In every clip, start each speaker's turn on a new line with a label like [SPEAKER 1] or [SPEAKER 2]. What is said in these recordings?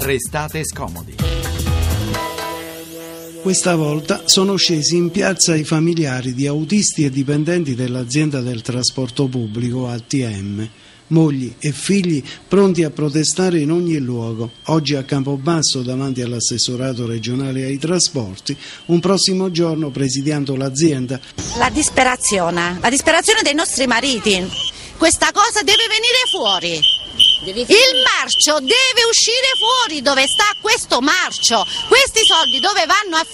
[SPEAKER 1] Restate scomodi.
[SPEAKER 2] Questa volta sono scesi in piazza i familiari di autisti e dipendenti dell'azienda del trasporto pubblico ATM. Mogli e figli pronti a protestare in ogni luogo. Oggi a Campobasso davanti all'assessorato regionale ai trasporti, un prossimo giorno presidiando l'azienda.
[SPEAKER 3] La disperazione dei nostri mariti. Questa cosa deve venire fuori. Il marcio deve uscire fuori. Dove sta questo marcio? Questi soldi dove vanno a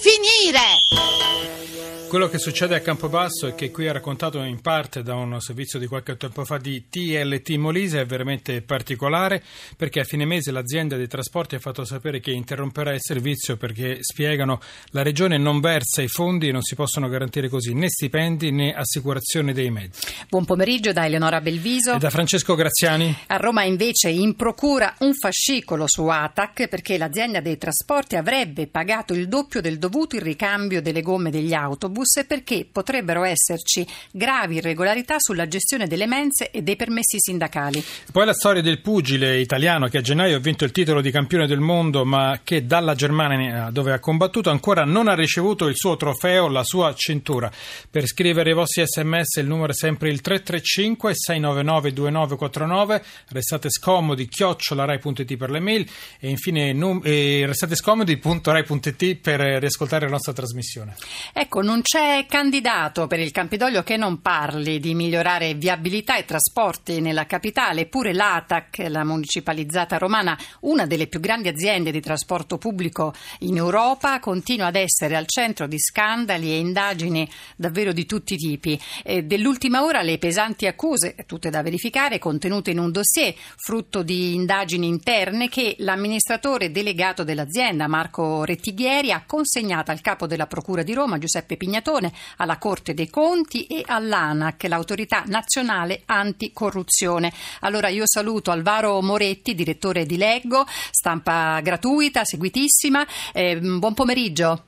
[SPEAKER 3] finire?
[SPEAKER 4] Quello che succede a Campobasso e che qui è raccontato in parte da un servizio di qualche tempo fa di TLT Molise è veramente particolare, perché a fine mese l'azienda dei trasporti ha fatto sapere che interromperà il servizio perché, spiegano, la regione non versa i fondi e non si possono garantire così né stipendi né assicurazione dei mezzi.
[SPEAKER 5] Buon pomeriggio da Eleonora Belviso
[SPEAKER 4] e da Francesco Graziani.
[SPEAKER 5] A Roma invece in procura un fascicolo su ATAC perché l'azienda dei trasporti avrebbe pagato il doppio del dovuto in ricambio delle gomme degli autobus, perché potrebbero esserci gravi irregolarità sulla gestione delle mense e dei permessi sindacali.
[SPEAKER 4] Poi la storia del pugile italiano che a gennaio ha vinto il titolo di campione del mondo, ma che dalla Germania, dove ha combattuto, ancora non ha ricevuto il suo trofeo, la sua cintura. Per scrivere i vostri sms il numero è sempre il 335 699 2949. Restate scomodi @rai.it per le mail e infine restate scomodi.rai.it per riascoltare la nostra trasmissione.
[SPEAKER 5] Ecco, non c'è candidato per il Campidoglio che non parli di migliorare viabilità e trasporti nella capitale, eppure l'ATAC, la municipalizzata romana, una delle più grandi aziende di trasporto pubblico in Europa, continua ad essere al centro di scandali e indagini davvero di tutti i tipi. Dell'ultima ora le pesanti accuse, tutte da verificare, contenute in un dossier frutto di indagini interne che l'amministratore delegato dell'azienda, Marco Rettighieri, ha consegnato al capo della Procura di Roma, Giuseppe Pignatone, alla Corte dei Conti e all'ANAC, l'autorità nazionale anticorruzione. Allora io saluto Alvaro Moretti, direttore di Leggo, stampa gratuita, seguitissima. Buon pomeriggio.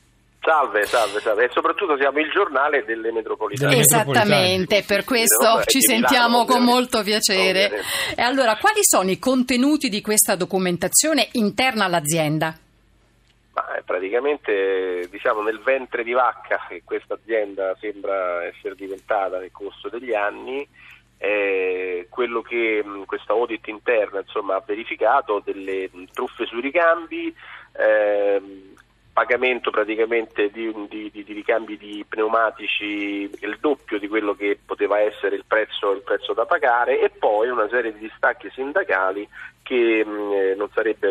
[SPEAKER 6] Salve, e soprattutto siamo il giornale delle metropolitane.
[SPEAKER 5] Esattamente, per questo ci sentiamo con molto piacere. E allora, quali sono i contenuti di questa documentazione interna all'azienda?
[SPEAKER 6] Praticamente, diciamo, nel ventre di vacca che questa azienda sembra essere diventata nel corso degli anni, quello che questa audit interna, insomma, ha verificato: delle truffe sui ricambi, pagamento praticamente di ricambi di pneumatici il doppio di quello che poteva essere il prezzo da pagare, e poi una serie di distacchi sindacali che non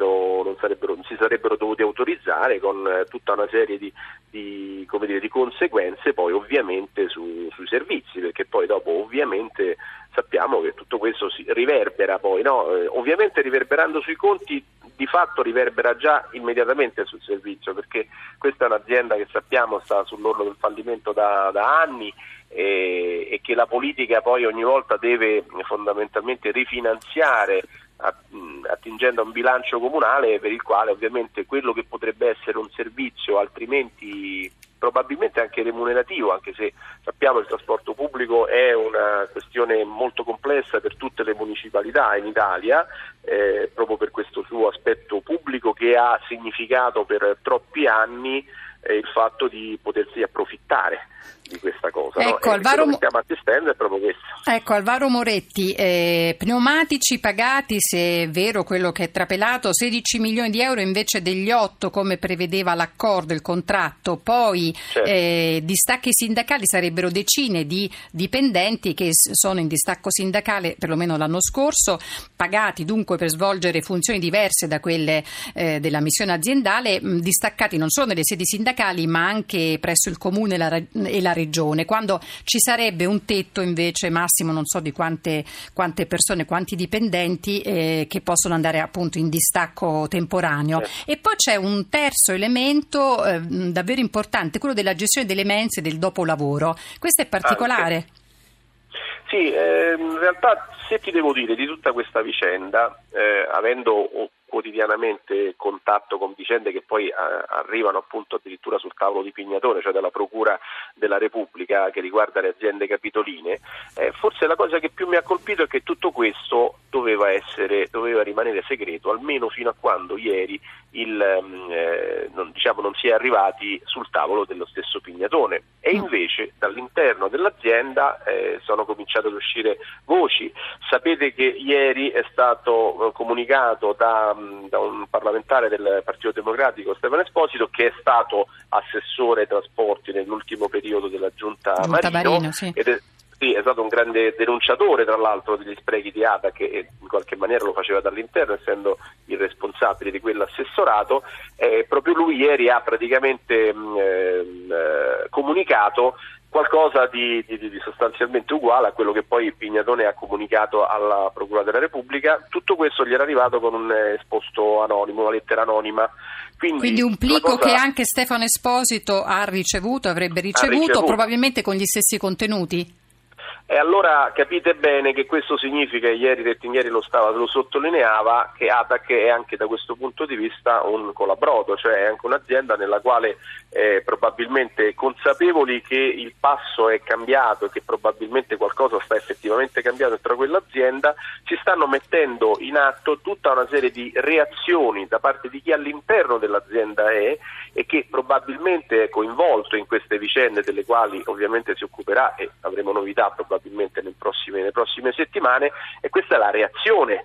[SPEAKER 6] si sarebbero dovuti autorizzare, con tutta una serie di conseguenze poi ovviamente sui servizi, perché poi dopo ovviamente sappiamo che tutto questo si riverbera poi, no? Ovviamente riverberando sui conti, di fatto riverbera già immediatamente sul servizio, perché questa è un'azienda che sappiamo sta sull'orlo del fallimento da anni, e che la politica poi ogni volta deve fondamentalmente rifinanziare attingendo a un bilancio comunale, per il quale ovviamente quello che potrebbe essere un servizio altrimenti probabilmente anche remunerativo, anche se sappiamo che il trasporto pubblico è una questione molto complessa per tutte le municipalità in Italia, proprio per questo suo aspetto pubblico che ha significato per troppi anni il fatto di potersi approfittare di questa cosa.
[SPEAKER 5] Ecco,
[SPEAKER 6] no? Quello che stiamo assistendo è proprio questo.
[SPEAKER 5] Ecco, Alvaro Moretti, pneumatici pagati, se è vero quello che è trapelato, 16 milioni di euro invece degli 8 come prevedeva l'accordo, il contratto. Poi certo. Distacchi sindacali, sarebbero decine di dipendenti che sono in distacco sindacale perlomeno l'anno scorso, pagati dunque per svolgere funzioni diverse da quelle della missione aziendale, distaccati non solo nelle sedi sindacali ma anche presso il comune e la regione, quando ci sarebbe un tetto invece massimo, non so di quante persone, quanti dipendenti che possono andare appunto in distacco temporaneo. E poi c'è un terzo elemento davvero importante, quello della gestione delle mense del dopolavoro. Questo è particolare.
[SPEAKER 6] Sì, in realtà, se ti devo dire di tutta questa vicenda, avendo quotidianamente contatto con vicende che poi arrivano appunto addirittura sul tavolo di Pignatone, cioè dalla Procura della Repubblica, che riguarda le aziende capitoline, forse la cosa che più mi ha colpito è che tutto questo doveva rimanere segreto, almeno fino a quando ieri non si è arrivati sul tavolo dello stesso Pignatone. E invece dall'interno dell'azienda sono cominciate ad uscire voci. Sapete che ieri è stato comunicato da un parlamentare del Partito Democratico, Stefano Esposito, che è stato assessore ai trasporti nell'ultimo periodo della Giunta Marino, sì. Sì, è stato un grande denunciatore, tra l'altro, degli sprechi di ATAC, e in qualche maniera lo faceva dall'interno, essendo il responsabile di quell'assessorato. Proprio lui ieri ha praticamente comunicato qualcosa di sostanzialmente uguale a quello che poi Pignatone ha comunicato alla Procura della Repubblica. Tutto questo gli era arrivato con un esposto anonimo, una lettera anonima.
[SPEAKER 5] Quindi un plico che anche Stefano Esposito avrebbe ricevuto, probabilmente con gli stessi contenuti?
[SPEAKER 6] E allora capite bene che questo significa, ieri Rettighieri lo sottolineava, che ATAC è anche da questo punto di vista un colabrodo, cioè è anche un'azienda nella quale probabilmente, consapevoli che il passo è cambiato e che probabilmente qualcosa sta effettivamente cambiando dentro quell'azienda, si stanno mettendo in atto tutta una serie di reazioni da parte di chi all'interno dell'azienda è e che probabilmente è coinvolto in queste vicende, delle quali ovviamente si occuperà, e avremo novità probabilmente nelle prossime settimane. E questa è la reazione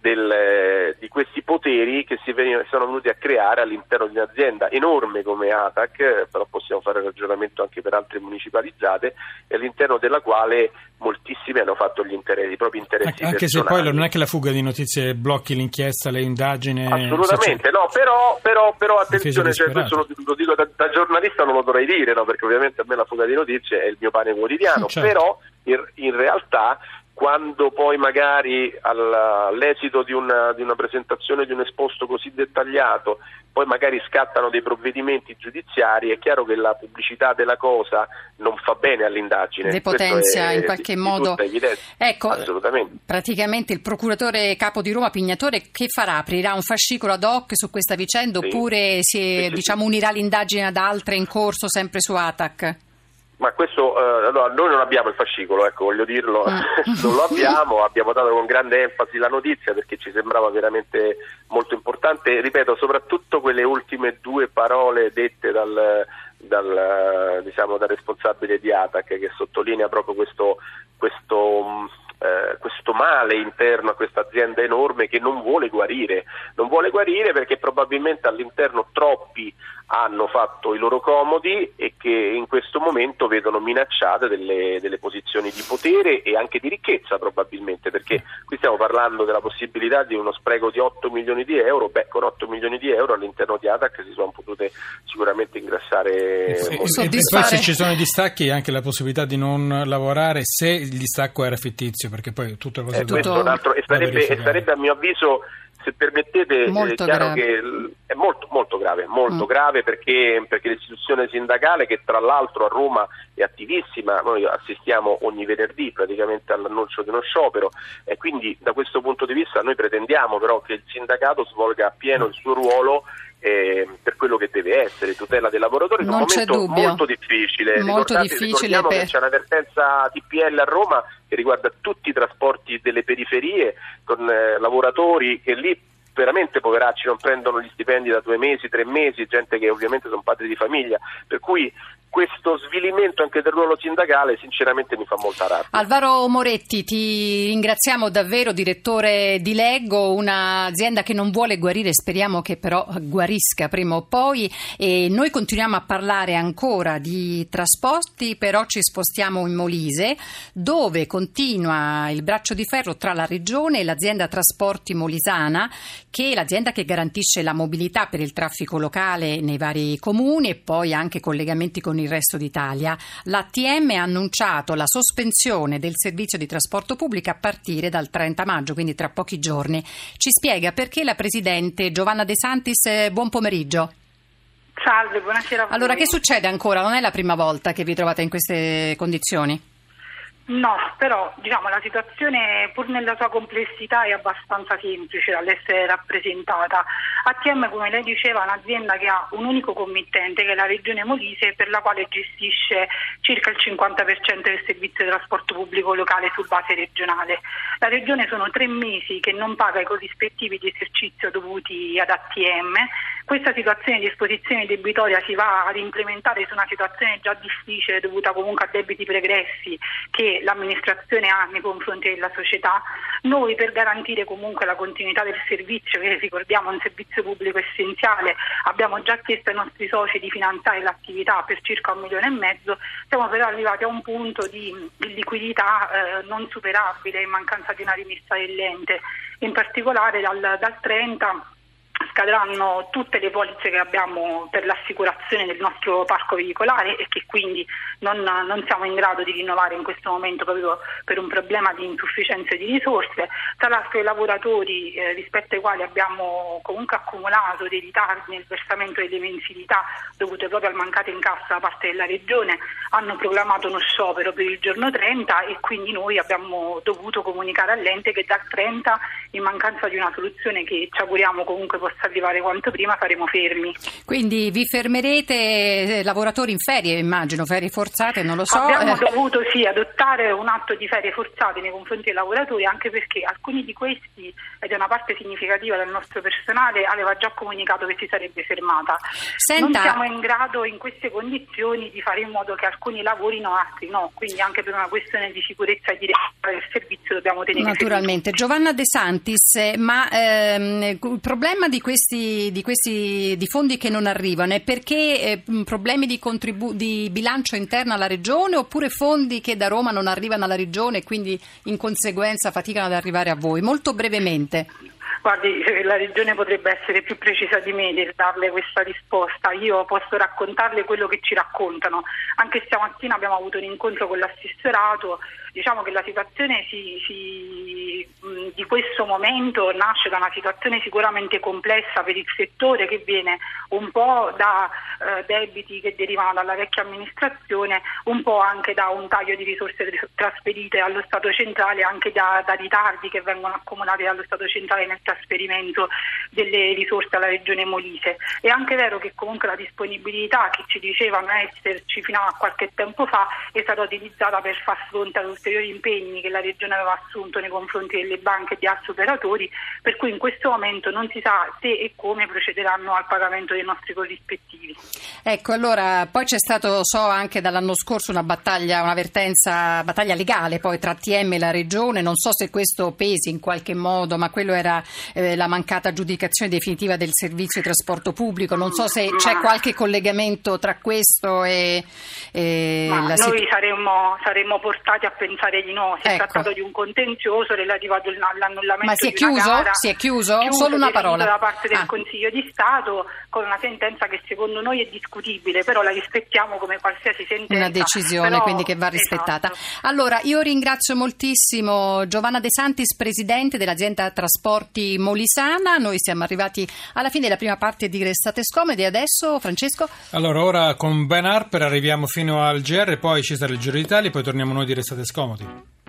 [SPEAKER 6] di questi poteri che sono venuti a creare all'interno di un'azienda enorme come ATAC, però possiamo fare ragionamento anche per altre municipalizzate, e all'interno della quale moltissimi hanno fatto i propri interessi
[SPEAKER 4] anche
[SPEAKER 6] personali.
[SPEAKER 4] Se poi non è che la fuga di notizie blocchi l'inchiesta, le indagini.
[SPEAKER 6] Assolutamente no, però attenzione, cioè, questo lo dico da giornalista, non lo dovrei dire, no, perché ovviamente a me la fuga di notizie è il mio pane quotidiano, certo. Però in realtà, quando poi magari all'esito di una presentazione di un esposto così dettagliato, poi magari scattano dei provvedimenti giudiziari, è chiaro che la pubblicità della cosa non fa bene all'indagine.
[SPEAKER 5] Depotenzia in qualche modo. Ecco,
[SPEAKER 6] assolutamente.
[SPEAKER 5] Praticamente il procuratore capo di Roma Pignatone che farà? Aprirà un fascicolo ad hoc su questa vicenda, sì. Oppure unirà l'indagine ad altre in corso sempre su ATAC?
[SPEAKER 6] Ma questo, allora, noi non abbiamo il fascicolo, voglio dirlo, non lo abbiamo dato con grande enfasi la notizia perché ci sembrava veramente molto importante, ripeto, soprattutto quelle ultime due parole dette dal responsabile di ATAC, che sottolinea proprio questo male interno a questa azienda enorme che non vuole guarire perché probabilmente all'interno troppi hanno fatto i loro comodi e che in questo momento vedono minacciate delle posizioni di potere e anche di ricchezza, probabilmente, perché qui stiamo parlando della possibilità di uno spreco di 8 milioni di euro. Con 8 milioni di euro all'interno di ATAC si sono potute sicuramente ingrassare
[SPEAKER 4] e poi se ci sono i distacchi anche la possibilità di non lavorare se il distacco era fittizio, perché poi tutto cosa
[SPEAKER 6] sarebbe a mio avviso, se permettete,
[SPEAKER 5] molto
[SPEAKER 6] chiaro
[SPEAKER 5] grave.
[SPEAKER 6] Che è molto grave perché l'istituzione sindacale, che tra l'altro a Roma è attivissima, noi assistiamo ogni venerdì praticamente all'annuncio di uno sciopero, e quindi da questo punto di vista noi pretendiamo però che il sindacato svolga appieno il suo ruolo per quello che deve essere, tutela dei lavoratori, in un momento molto difficile. Ricordiamo che c'è una vertenza TPL a Roma che riguarda tutti i trasporti delle periferie, con lavoratori che lì veramente poveracci non prendono gli stipendi da 2 mesi, 3 mesi, gente che ovviamente sono padri di famiglia, per cui questo svilimento anche del ruolo sindacale sinceramente mi fa molta rabbia.
[SPEAKER 5] Alvaro Moretti, ti ringraziamo davvero, direttore di Leggo, un'azienda che non vuole guarire, speriamo che però guarisca prima o poi, e noi continuiamo a parlare ancora di trasporti, però ci spostiamo in Molise, dove continua il braccio di ferro tra la regione e l'azienda Trasporti Molisana, che è l'azienda che garantisce la mobilità per il traffico locale nei vari comuni e poi anche collegamenti con il resto d'Italia. L'ATM ha annunciato la sospensione del servizio di trasporto pubblico a partire dal 30 maggio, quindi tra pochi giorni. Ci spiega perché la presidente Giovanna De Santis. Buon pomeriggio.
[SPEAKER 1] Salve, buonasera a voi.
[SPEAKER 5] Allora, che succede ancora? Non è la prima volta che vi trovate in queste condizioni?
[SPEAKER 1] No, però la situazione pur nella sua complessità è abbastanza semplice dall'essere rappresentata. ATM, come lei diceva, è un'azienda che ha un unico committente, che è la Regione Molise, per la quale gestisce circa il 50% del servizio di trasporto pubblico locale su base regionale. La Regione sono 3 mesi che non paga i corrispettivi di esercizio dovuti ad ATM. Questa situazione di esposizione debitoria si va ad implementare su una situazione già difficile dovuta comunque a debiti pregressi che l'amministrazione ha nei confronti della società. Noi, per garantire comunque la continuità del servizio, che ricordiamo è un servizio pubblico essenziale, abbiamo già chiesto ai nostri soci di finanziare l'attività per circa 1,5 milioni. Siamo però arrivati a un punto di liquidità non superabile in mancanza di una rimessa dell'ente. In particolare dal 30 scadranno tutte le polizze che abbiamo per l'assicurazione del nostro parco veicolare e che quindi non siamo in grado di rinnovare in questo momento proprio per un problema di insufficienza di risorse. Tra l'altro i lavoratori rispetto ai quali abbiamo comunque accumulato dei ritardi nel versamento delle mensilità dovute proprio al mancato incasso da parte della Regione hanno proclamato uno sciopero per il giorno 30 e quindi noi abbiamo dovuto comunicare all'ente che dal 30, in mancanza di una soluzione che ci auguriamo comunque possa arrivare quanto prima, saremo fermi.
[SPEAKER 5] Quindi vi fermerete, lavoratori in ferie, immagino, ferie forzate, non lo so.
[SPEAKER 1] Abbiamo dovuto adottare un atto di ferie forzate nei confronti dei lavoratori, anche perché alcuni di questi, ed è una parte significativa del nostro personale, aveva già comunicato che si sarebbe fermata. Non siamo in grado in queste condizioni di fare in modo che alcuni lavorino, altri no, quindi anche per una questione di sicurezza e di del servizio dobbiamo tenere
[SPEAKER 5] naturalmente. Giovanna De Santis, ma il problema di fondi che non arrivano è perché problemi di bilancio interno alla Regione, oppure fondi che da Roma non arrivano alla Regione e quindi in conseguenza faticano ad arrivare a voi? Molto brevemente.
[SPEAKER 1] Guardi, la Regione potrebbe essere più precisa di me nel darle questa risposta. Io posso raccontarle quello che ci raccontano. Anche stamattina abbiamo avuto un incontro con l'assessorato. Diciamo che la situazione di questo momento nasce da una situazione sicuramente complessa per il settore, che viene un po' da debiti che derivano dalla vecchia amministrazione, un po' anche da un taglio di risorse trasferite allo Stato centrale, anche da ritardi che vengono accumulati dallo Stato centrale nel trasferimento delle risorse alla Regione Molise. È anche vero che comunque la disponibilità che ci dicevano esserci fino a qualche tempo fa è stata utilizzata per far fronte ad ulteriori impegni che la Regione aveva assunto nei confronti delle banche e di altri operatori, per cui in questo momento non si sa se e come procederanno al pagamento dei nostri corrispettivi.
[SPEAKER 5] Ecco, allora poi c'è stato, so anche dall'anno scorso, una battaglia legale poi tra ATM e la Regione, non so se questo pesi in qualche modo, ma quello era la mancata aggiudicazione definitiva del servizio di trasporto pubblico, non so se c'è qualche collegamento tra questo e
[SPEAKER 1] noi saremmo portati a pensare di no. Si è trattato di un contenzioso relativo all'annullamento.
[SPEAKER 5] Ma si è chiuso? Si è chiuso? Solo una parola.
[SPEAKER 1] Da parte del Consiglio di Stato, con una sentenza che secondo noi è discutibile, però la rispettiamo come qualsiasi sentenza.
[SPEAKER 5] Una decisione quindi che va rispettata. Esatto. Allora, io ringrazio moltissimo Giovanna De Santis, presidente dell'azienda Trasporti Molisana. Noi siamo arrivati alla fine della prima parte di Restate Scomodi. Adesso, Francesco?
[SPEAKER 4] Allora, ora con Ben Harper arriviamo fino al GR, poi ci sarà il Giro d'Italia, poi torniamo noi di Restate Scomodi.